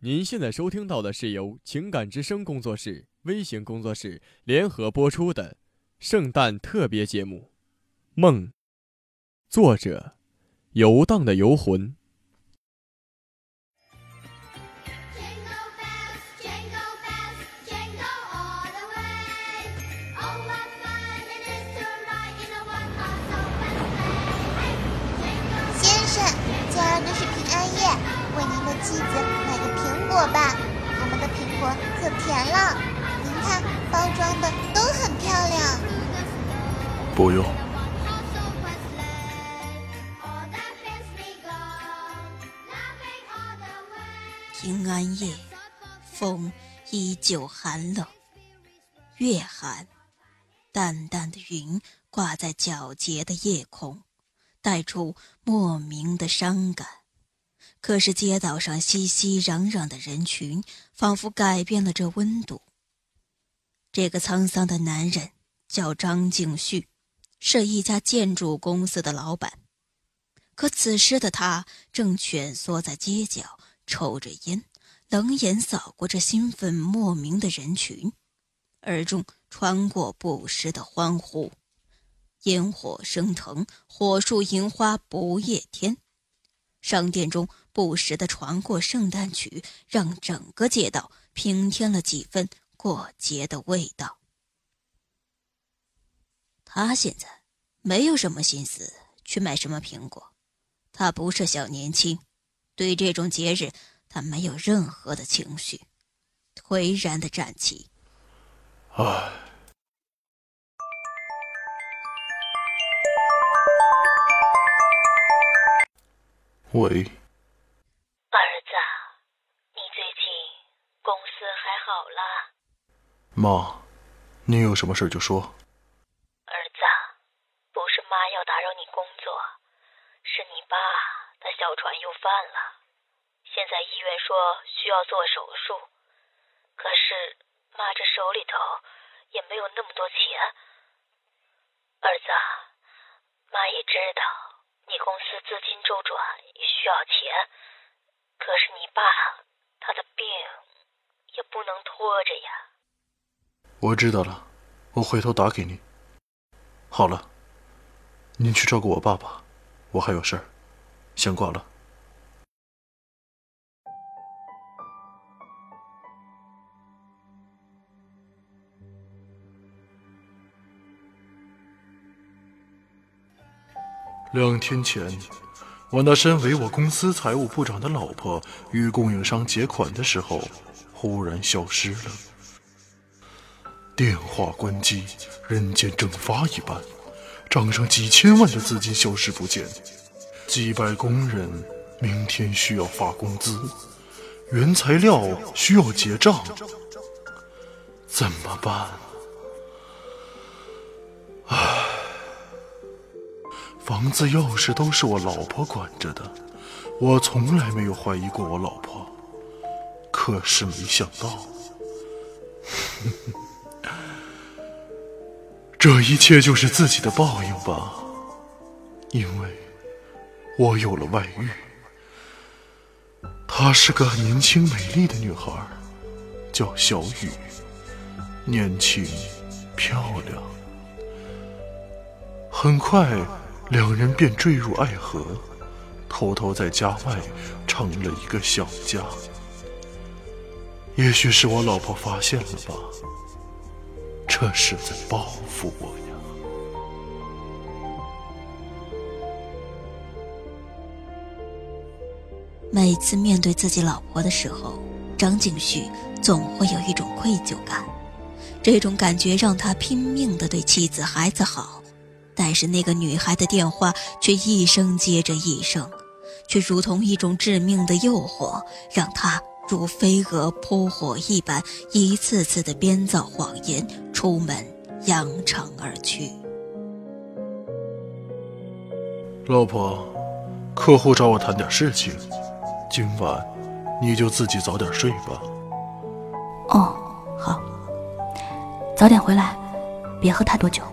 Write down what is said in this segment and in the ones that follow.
您现在收听到的是由情感之声工作室、微型工作室联合播出的圣诞特别节目《梦》，作者：游荡的游魂。 先生，今儿个是平安夜，为您的妻子买个苹果吧。我们的苹果可甜了，您看包装的都很漂亮。 不用。 平安夜，风依旧寒冷，越寒，淡淡的云挂在皎洁的夜空，带出莫名的伤感。可是街道上熙熙攘攘的人群仿佛改变了这温度。这个沧桑的男人叫张敬旭，是一家建筑公司的老板。可此时的他正蜷缩在街角，抽着烟，冷眼扫过这兴奋莫名的人群，耳中穿过不时的欢呼。烟火升腾，火树银花不夜天。商店中不时地传过圣诞曲，让整个街道平添了几分过节的味道。他现在没有什么心思去买什么苹果，他不是小年轻，对这种节日他没有任何的情绪，颓然地站起。 喂， 儿子，你最近公司还好啦？ 妈，你有什么事就说。 儿子，不是妈要打扰你工作，是你爸他哮喘又犯了，现在医院说需要做手术，可是妈这手里头也没有那么多钱。儿子，妈也知道你公司资金周转也需要钱，可是你爸他的病也不能拖着呀。 我知道了，我回头打给你。好了，您去照顾我爸爸，我还有事儿，先挂了。2天前，我那身为我公司财务部长的老婆与供应商结款的时候，忽然消失了。电话关机，人间蒸发一般，账上几千万的资金消失不见，几百工人明天需要发工资，原材料需要结账，怎么办？房子钥匙都是我老婆管着的，我从来没有怀疑过我老婆，可是没想到这一切就是自己的报应吧，因为我有了外遇。她是个年轻美丽的女孩，叫小雨，年轻漂亮。很快两人便坠入爱河，偷偷在家外成了一个小家。也许是我老婆发现了吧，这是在报复我呀。 每次面对自己老婆的时候，张敬旭总会有一种愧疚感，这种感觉让他拼命地对妻子孩子好，但是那个女孩的电话却一声接着一声，却如同一种致命的诱惑，让他如飞蛾扑火一般，一次次地编造谎言，出门扬长而去。 老婆，客户找我谈点事情，今晚你就自己早点睡吧。 哦，好，早点回来，别喝太多酒。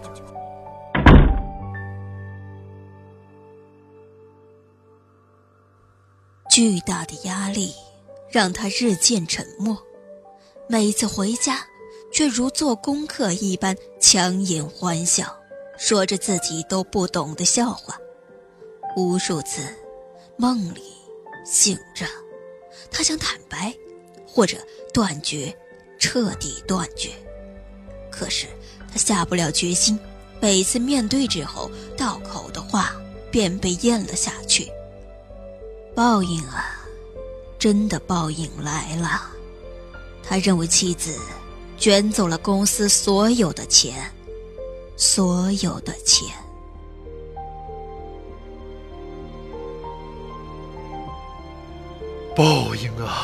巨大的压力让他日渐沉默。每次回家却如做功课一般强颜欢笑，说着自己都不懂的笑话。无数次梦里醒着，他想坦白或者断绝，彻底断绝，可是他下不了决心，每次面对之后到口的话便被咽了下去。报应啊，真的报应来了。他认为妻子卷走了公司所有的钱，所有的钱。 报应啊！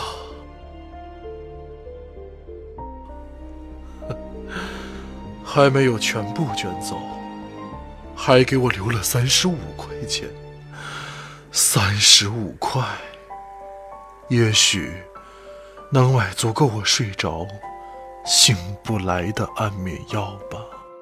还没有全部卷走，还给我留了35块钱。35块，也许能买足够我睡着醒不来的安眠药吧。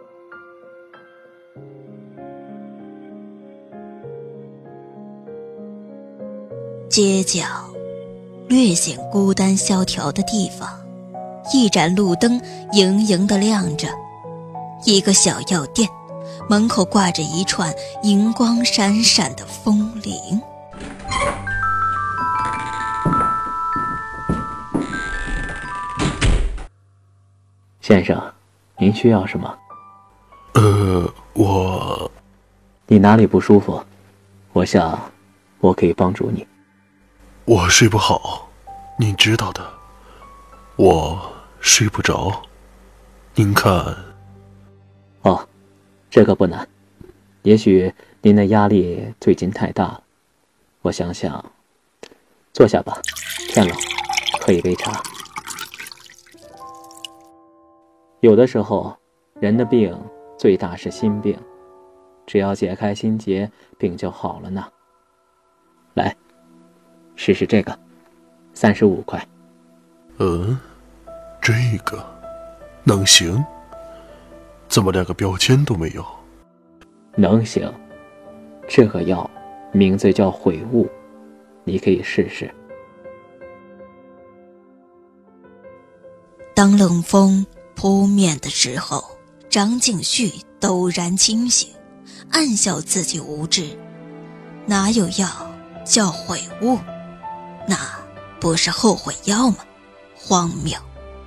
街角略显孤单萧条的地方，一盏路灯盈盈地亮着，一个小药店门口挂着一串银光闪闪的风铃。 先生，您需要什么？你哪里不舒服？我想我可以帮助你。 我睡不好，您知道的，我睡不着。您看。 哦，这个不难。也许您的压力最近太大了。我想想，坐下吧，天冷，喝一杯茶。有的时候，人的病最大是心病，只要解开心结，病就好了呢。来，试试这个，35块。 这个能行？怎么连个标签都没有？ 能行。这个药名字叫悔悟，你可以试试。 当冷风扑面的时候，张敬旭陡然清醒，暗笑自己无知。哪有药叫悔悟？那不是后悔药吗？荒谬。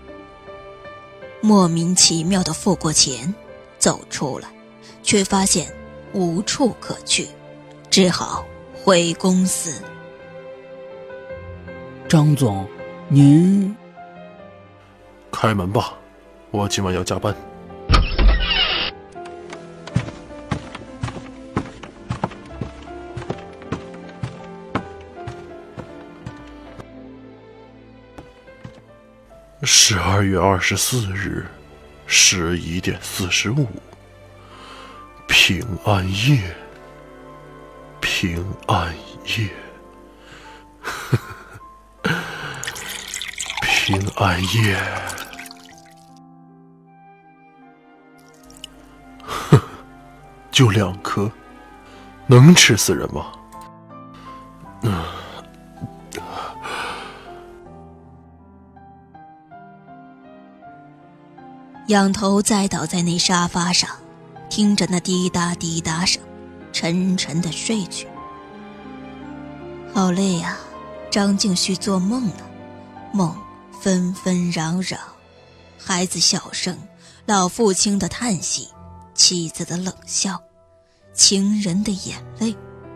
莫名其妙地付过钱，走出来，却发现无处可去，只好回公司。 张总，您开门吧，我今晚要加班。12月24日11点45，平安夜，平安夜，平安夜。就2颗，能吃死人吗？ 仰头栽倒在那沙发上，听着那滴答滴答声，沉沉地睡去。好累啊，张敬旭做梦了，梦纷纷扰扰，孩子笑声，老父亲的叹息，妻子的冷笑，情人的眼泪。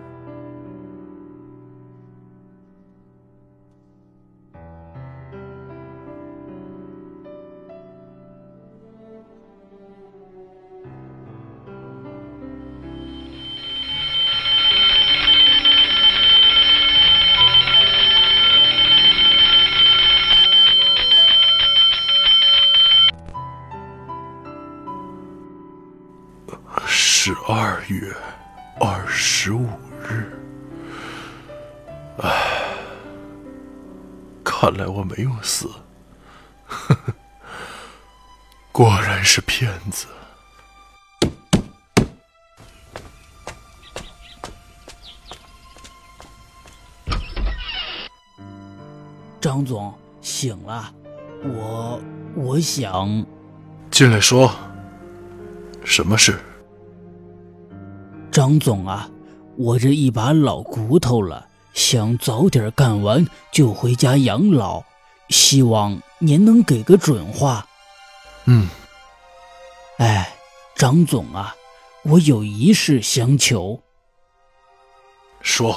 12月25日，看来我没有死，果然是骗子。 张张总醒了，我想进来说，什么事？ 张总啊，我这一把老骨头了，想早点干完就回家养老，希望您能给个准话。哎，张总啊，我有一事相求。 说。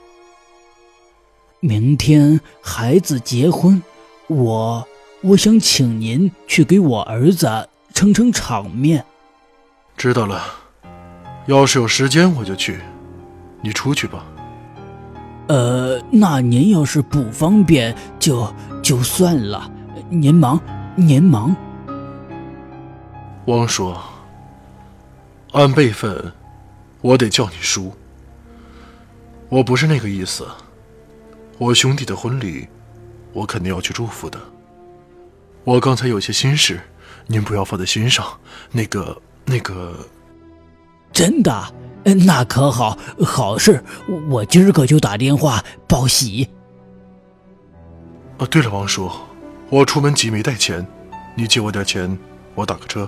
明天孩子结婚，我想请您去给我儿子撑场面。 知道了，要是有时间我就去，你出去吧。 那您要是不方便就算了，您忙。 汪说，按辈分我得叫你叔，我不是那个意思。我兄弟的婚礼我肯定要去祝福的，我刚才有些心事，您不要放在心上。那个真的？那可好，好事，我今儿个就打电话报喜。 对了，王叔，我出门急没带钱，你借我点钱，我打个车。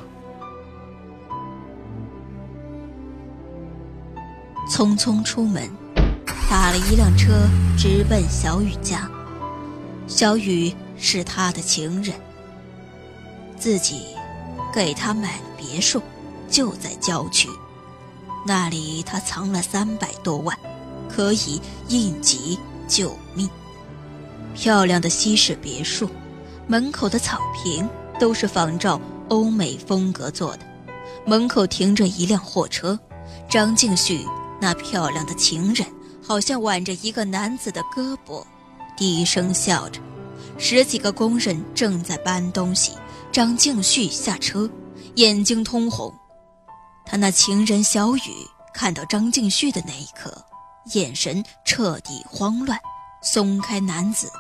匆匆出门，打了一辆车直奔小雨家。小雨是他的情人，自己给他买了别墅，就在郊区，那里他藏了300多万，可以应急救命。漂亮的西式别墅，门口的草坪都是仿照欧美风格做的，门口停着一辆货车，张敬旭那漂亮的情人好像挽着一个男子的胳膊，低声笑着。10几个工人正在搬东西，张敬旭下车，眼睛通红。他那情人小雨看到张敬旭的那一刻，眼神彻底慌乱，松开男子。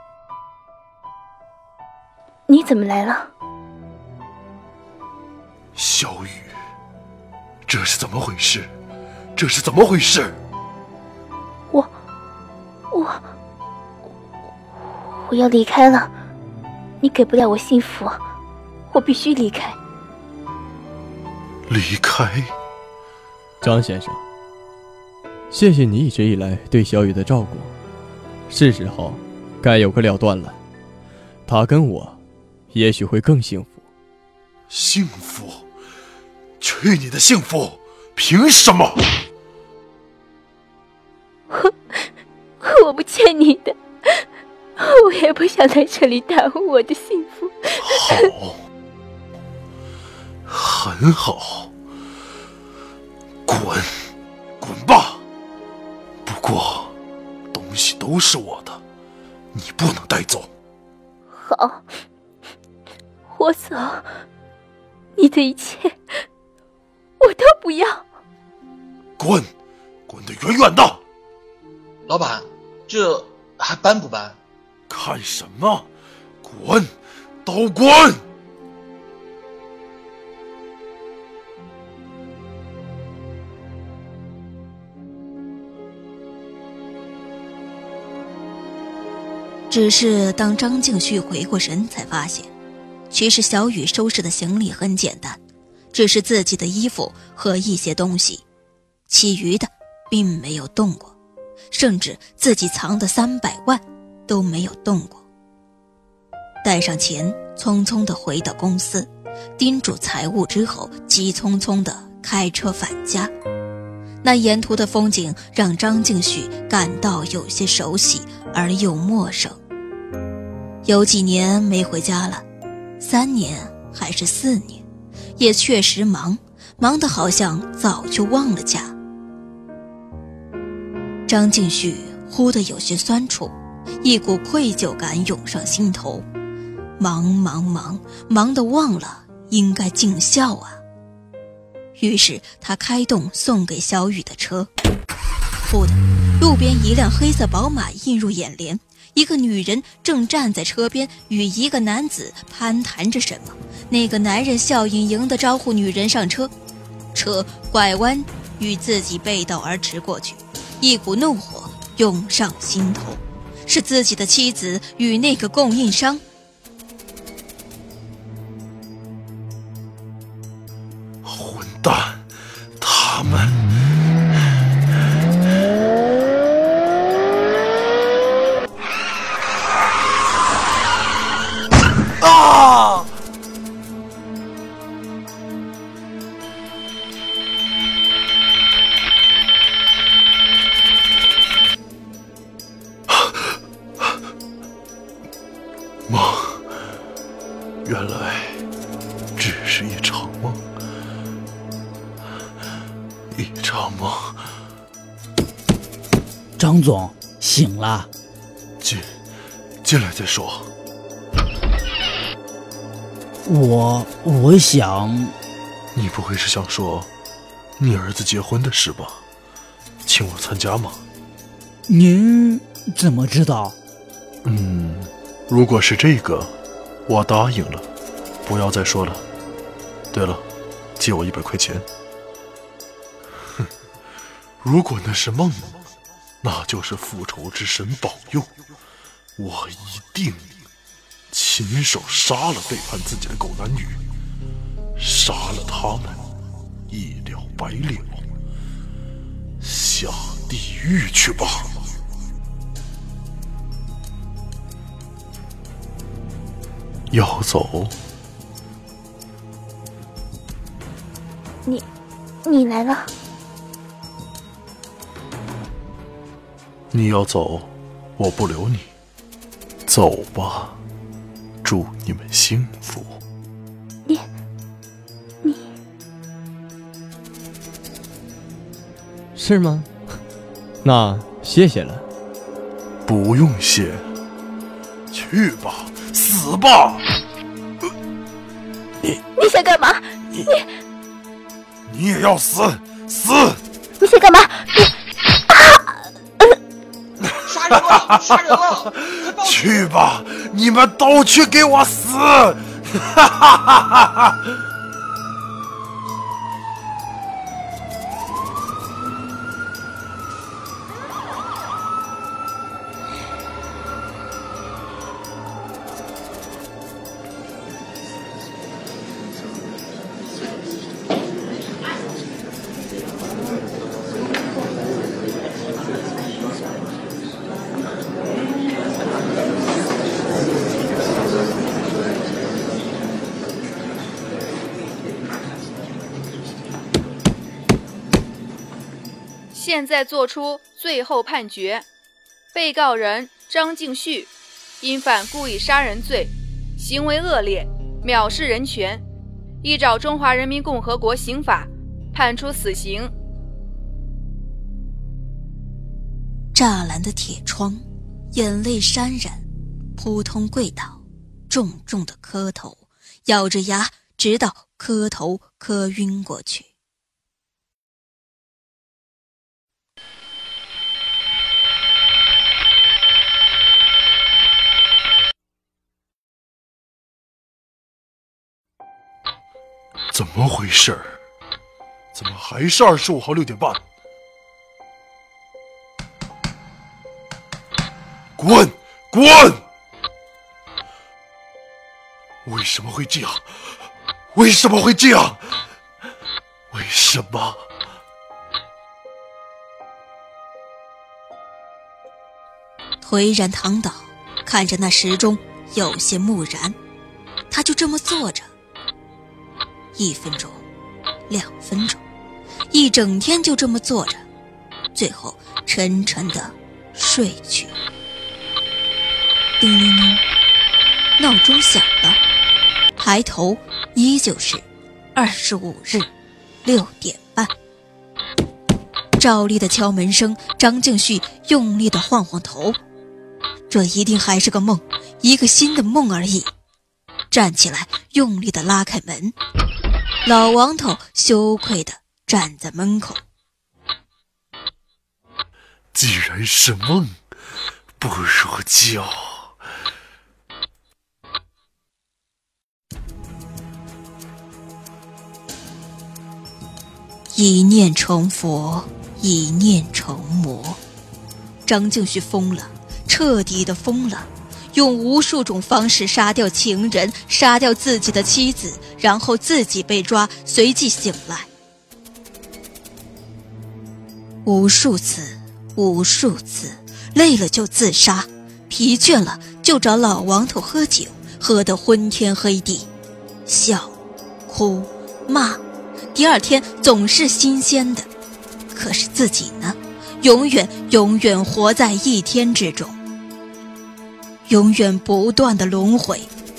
你怎么来了？ 小雨，这是怎么回事？这是怎么回事？ 我要离开了，你给不了我幸福，我必须离开。 离开？ 张先生，谢谢你一直以来对小雨的照顾，是时候该有个了断了。他跟我也许会更幸福。 幸福？去你的幸福！凭什么？ 我不欠你的，我也不想在这里耽误我的幸福。 好，很好，滚吧！不过东西都是我的，你不能带走。 好，我走，你的一切我都不要。 滚得远远的！ 老板，这还搬不搬？ 看什么？滚，都滚！ 只是当张敬旭回过神，才发现其实小雨收拾的行李很简单，只是自己的衣服和一些东西，其余的并没有动过，甚至自己藏的300万都没有动过。带上钱，匆匆地回到公司，叮嘱财务之后，急匆匆地开车返家。那沿途的风景让张敬旭感到有些熟悉而又陌生。有几年没回家了，3年还是4年，也确实忙得好像早就忘了家。张敬旭忽地有些酸楚，一股愧疚感涌上心头，忙得忘了应该尽孝啊。于是他开动送给小雨的车，忽的路边一辆黑色宝马映入眼帘，一个女人正站在车边与一个男子攀谈着什么。那个男人笑盈盈地招呼女人上车，车拐弯与自己背道而驰过去，一股怒火涌上心头。 是自己的妻子与那个供应商。 混蛋，他们！啊！梦，原来只是一场梦，一场梦。 张总，醒了。 进来再说。 我想， 你不会是想说你儿子结婚的事吧？请我参加吗？ 您怎么知道？ 如果是这个，我答应了，不要再说了。对了，借我100块钱。哼，如果那是梦，那就是复仇之神保佑，我一定亲手杀了背叛自己的狗男女，杀了他们，一了百了，下地狱去吧。要走？ 你来了。 你要走，我不留你。走吧，祝你们幸福。 你是吗？那谢谢了。 不用谢，去吧，死吧！ 你想干嘛？ 你也要死！死！ 你想干嘛？ 杀人了！杀人了！ 去吧，你们都去给我死！哈哈哈哈哈！ 现在作出最后判决：被告人张敬旭因犯故意杀人罪，行为恶劣，藐视人权，依照《中华人民共和国刑法》判处死刑。 栅栏的铁窗，眼泪潸然，扑通跪倒，重重的磕头，咬着牙，直到磕头磕晕过去。 怎么回事？怎么还是25号6点半？滚！滚！为什么会这样？为什么会这样？为什么？ 颓然躺倒，看着那时钟，有些木然。他就这么坐着，1分钟，2分钟，一整天就这么坐着，最后沉沉的睡去。叮铃铃，闹钟响了，抬头依旧是25日6点半。照例的敲门声，张敬旭用力的晃晃头，这一定还是个梦，一个新的梦而已。站起来，用力地拉开门，老王头羞愧地站在门口。 既然是梦，不如就…… 一念成佛，一念成魔。张敬旭疯了， 彻底的疯了，用无数种方式杀掉情人，杀掉自己的妻子，然后自己被抓，随即醒来。无数次，累了就自杀，疲倦了就找老王头喝酒，喝得昏天黑地，笑、哭、骂，第二天总是新鲜的。可是自己呢，永远活在一天之中，永远不断的轮回。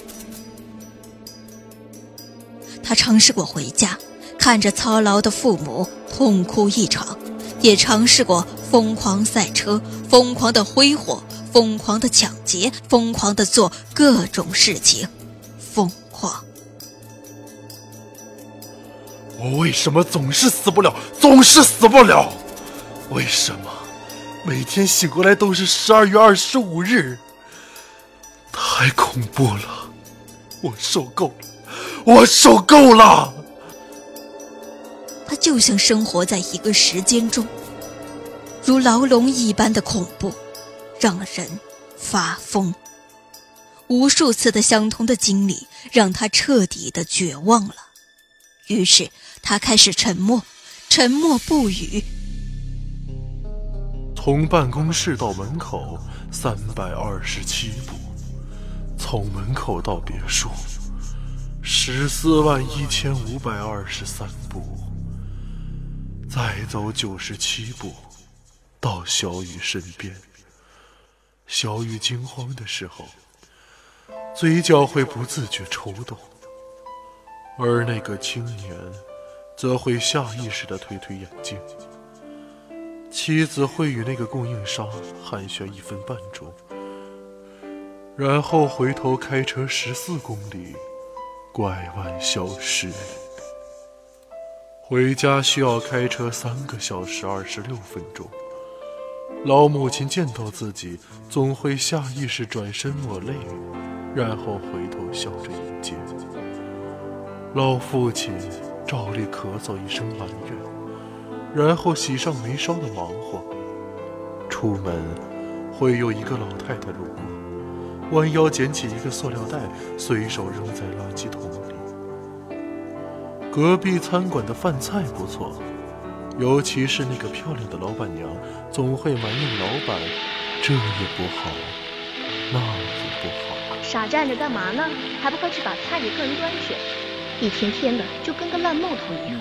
他尝试过回家，看着操劳的父母痛哭一场，也尝试过疯狂赛车，疯狂的挥霍，疯狂的抢劫，疯狂的做各种事情，疯狂。 我为什么总是死不了？为什么每天醒过来都是12月25日？太恐怖了，我受够了。 他就像生活在一个时间中，如牢笼一般的恐怖，让人发疯。无数次的相同的经历让他彻底的绝望了，于是他开始沉默不语。 从办公室到门口327步，从门口到别墅141523步，再走97步到小雨身边。小雨惊慌的时候，嘴角会不自觉抽动，而那个青年则会下意识地推眼镜。妻子会与那个供应商寒暄1分半钟，然后回头开车14公里，拐弯消失。回家需要开车3个小时26分钟。老母亲见到自己，总会下意识转身落泪，然后回头笑着迎接。老父亲照例咳嗽一声埋怨，然后喜上眉梢的忙活。出门会有一个老太太路过，弯腰捡起一个塑料袋，随手扔在垃圾桶里。隔壁餐馆的饭菜不错，尤其是那个漂亮的老板娘，总会埋怨老板，这也不好，那也不好。 傻站着干嘛呢？还不快去把菜给客人端去！一天天的就跟个烂木头一样。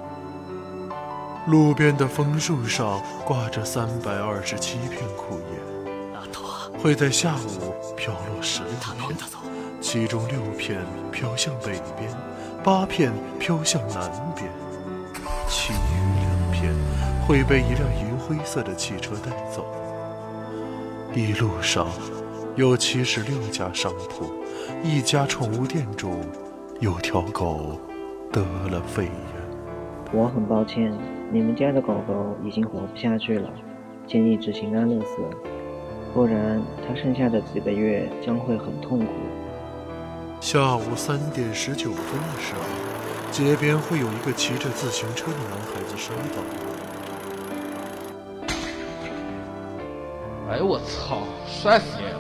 路边的枫树上挂着327片枯叶，会在下午飘落16片，其中6片飘向北边，8片飘向南边，其余2片会被一辆银灰色的汽车带走。一路上有76家商铺，1家宠物店中有条狗得了肺炎。 我很抱歉，你们家的狗狗已经活不下去了，建议执行安乐死，不然它剩下的几个月将会很痛苦。 下午3点19分的时候，街边会有一个骑着自行车的男孩子摔倒。 哎呦我操，摔死你了！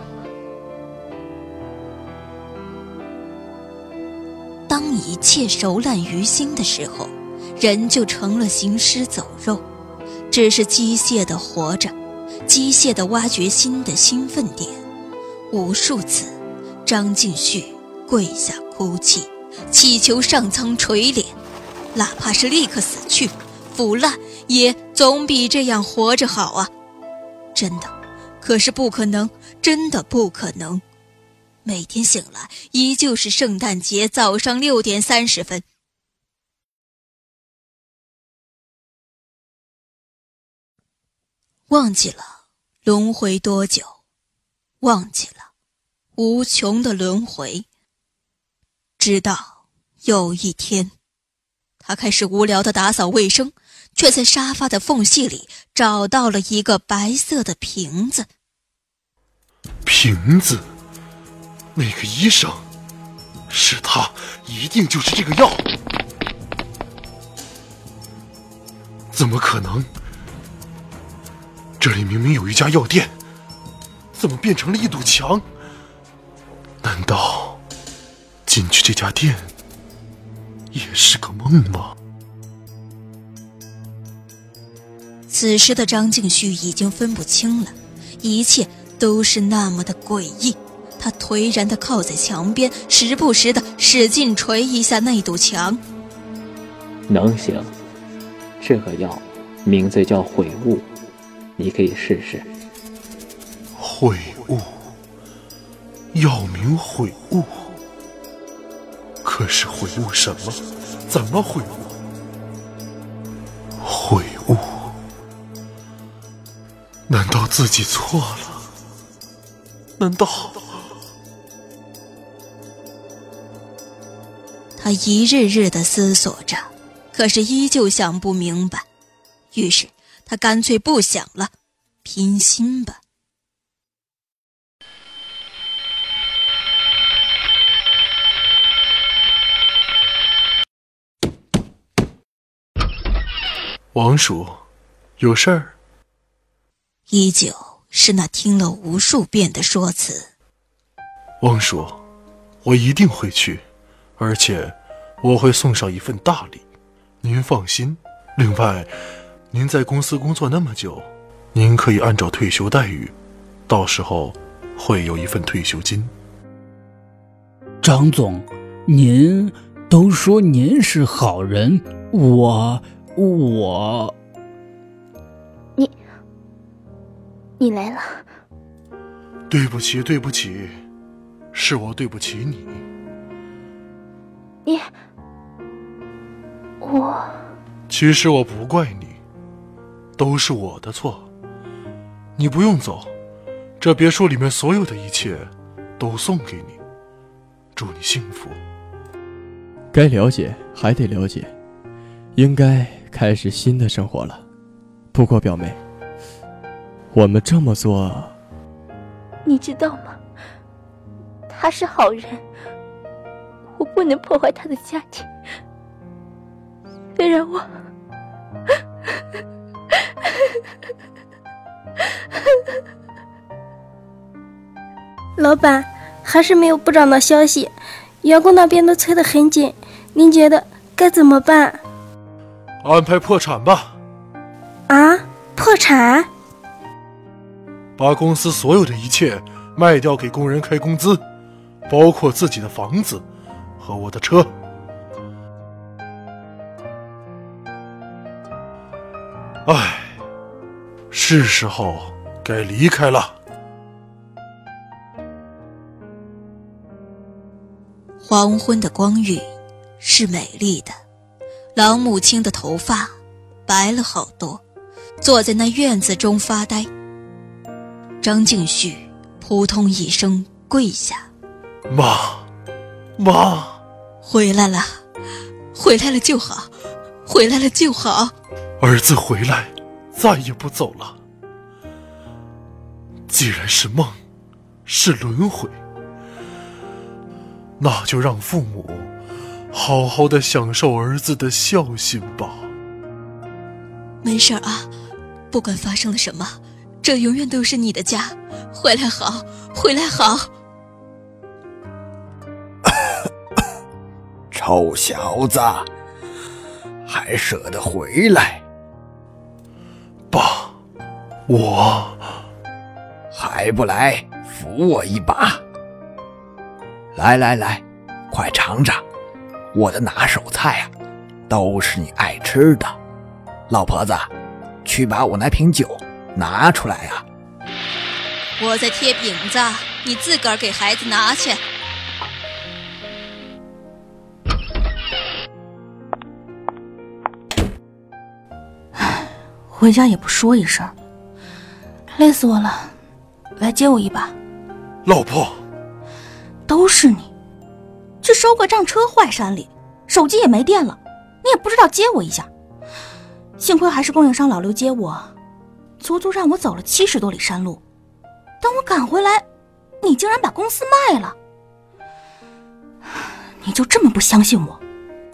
当一切熟烂于心的时候，人就成了行尸走肉，只是机械的活着，机械的挖掘新的兴奋点。无数次，张敬旭跪下哭泣，祈求上苍垂怜，哪怕是立刻死去腐烂，也总比这样活着好啊！真的，可是不可能，真的不可能。每天醒来依旧是圣诞节早上6点30分。忘记了轮回多久，忘记了无穷的轮回。直到有一天，他开始无聊地打扫卫生，却在沙发的缝隙里找到了一个白色的瓶子。 瓶子？那个医生，是他，一定就是这个药。怎么可能？这里明明有一家药店， 怎么变成了一堵墙？难道进去这家店也是个梦吗？ 此时的张敬旭已经分不清了，一切都是那么的诡异。他颓然地靠在墙边，时不时地使劲捶一下那堵墙。 能行，这个药名字叫悔悟，你可以试试。 悔悟，药名悔悟，可是悔悟什么？怎么悔悟？悔悟，难道自己错了？难道…… 他一日日地思索着，可是依旧想不明白。于是他干脆不想了，拼心吧。 王叔，有事儿？ 依旧是那听了无数遍的说辞。 王叔，我一定会去，而且我会送上一份大礼，您放心。另外，您在公司工作那么久，您可以按照退休待遇，到时候会有一份退休金。 张总，您都说您是好人，我你来了。 对不起，对不起，是我对不起你。 我其实我不怪你，都是我的错。你不用走，这别墅里面所有的一切都送给你，祝你幸福。 该了解还得了解，应该开始新的生活了。不过表妹，我们这么做， 你知道吗？他是好人，我不能破坏他的家庭。虽然我老板，还是没有部长的消息，员工那边都催得很紧，您觉得该怎么办？ 安排破产吧。 啊？破产？ 把公司所有的一切卖掉给工人开工资，包括自己的房子和我的车。唉，是时候该离开了。 黄昏的光晕是美丽的，老母亲的头发白了好多，坐在那院子中发呆。张敬旭扑通一声跪下： 妈， 回来了，回来了就好，回来了就好。 儿子回来，再也不走了。既然是梦，是轮回，那就让父母好好的享受儿子的孝心吧。 没事啊，不管发生了什么，这永远都是你的家。回来好，回来好。 臭小子，还舍得回来？ 爸，我还不来扶我一把？来，快尝尝我的拿手菜啊，都是你爱吃的。老婆子，去把我那瓶酒拿出来啊。 我在贴饼子，你自个儿给孩子拿去。 回家也不说一声，累死我了，来接我一把。 老婆， 都是你，去收个账车坏山里，手机也没电了，你也不知道接我一下。幸亏还是供应商老刘接我，足足让我走了70多里山路。等我赶回来，你竟然把公司卖了，你就这么不相信我？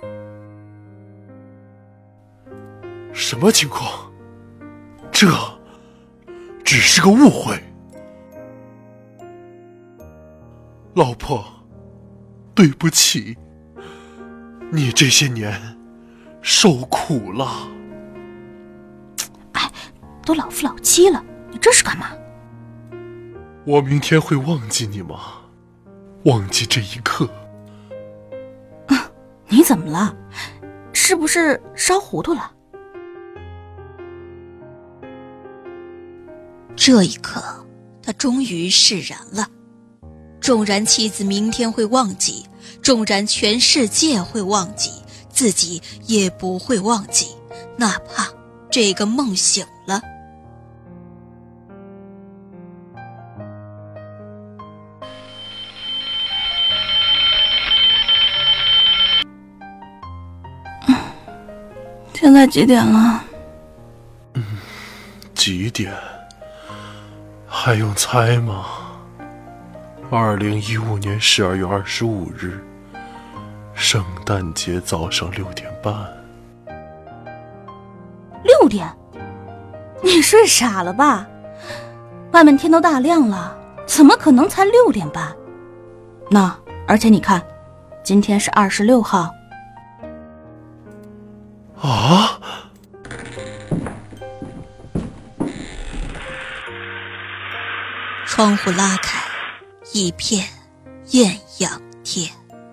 什么情况？这只是个误会。 老婆，对不起，你这些年受苦了。 哎，都老夫老妻了，你这是干嘛？ 我明天会忘记你吗？忘记这一刻。 你怎么了？是不是烧糊涂了？ 这一刻，他终于释然了。纵然妻子明天会忘记，纵然全世界会忘记，自己也不会忘记，哪怕这个梦醒了。 现在几点了？ 几点？还用猜吗？2015年12月25日，圣诞节早上6点半。 6点？你睡傻了吧？外面天都大亮了，怎么可能才6点半？而且你看，今天是26号。 啊！ 窗户拉开，一片艳阳天。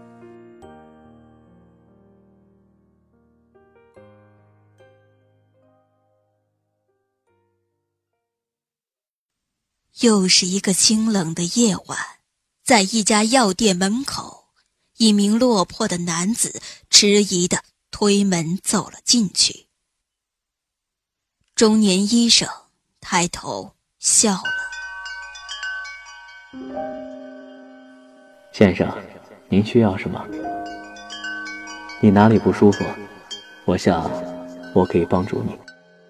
又是一个清冷的夜晚，在一家药店门口，一名落魄的男子迟疑地推门走了进去。中年医生抬头笑了。 先生，您需要什么？你哪里不舒服？我想我可以帮助你。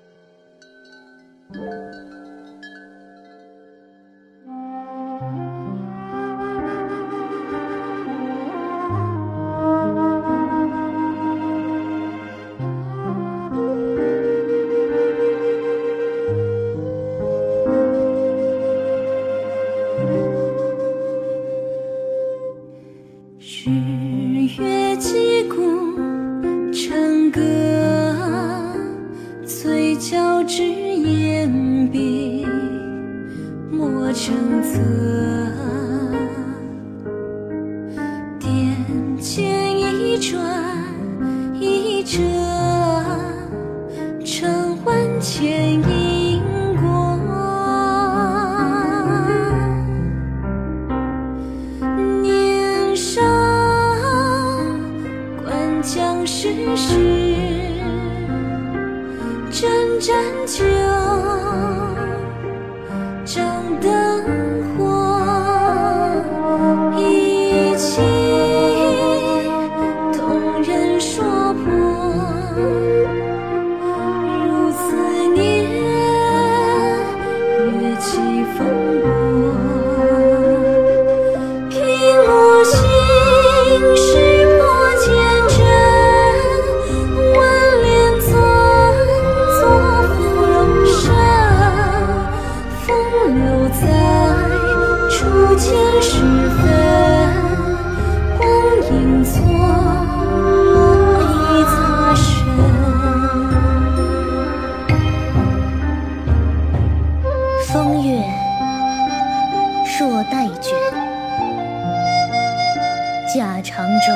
驾长舟，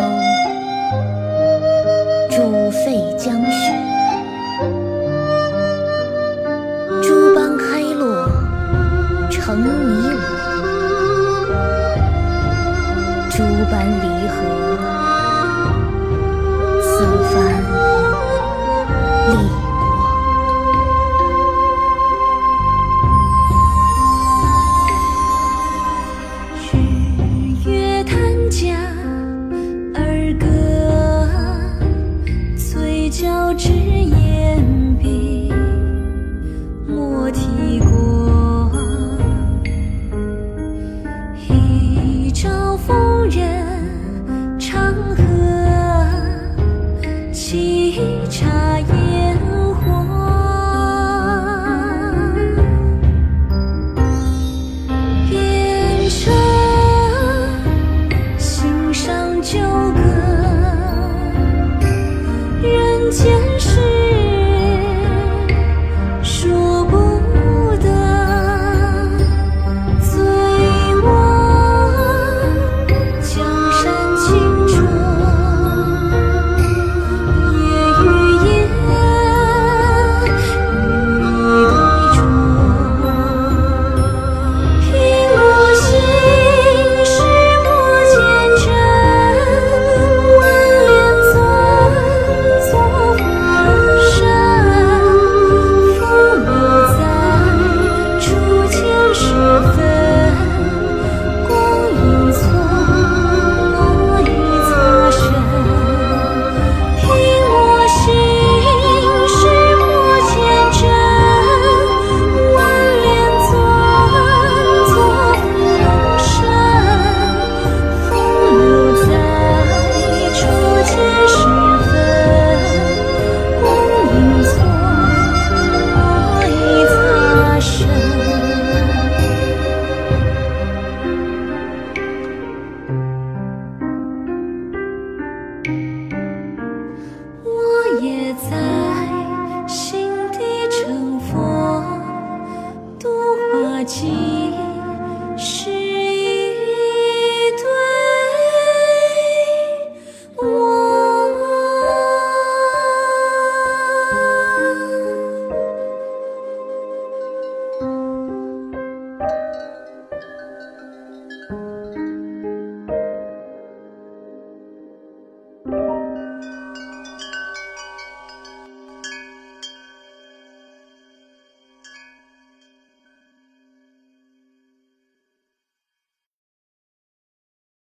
煮沸江雪，诸邦开落，成你我；诸般离合，四番立国。 日月潭家儿歌，嘴角只言笔，莫提过。一朝逢人，长心。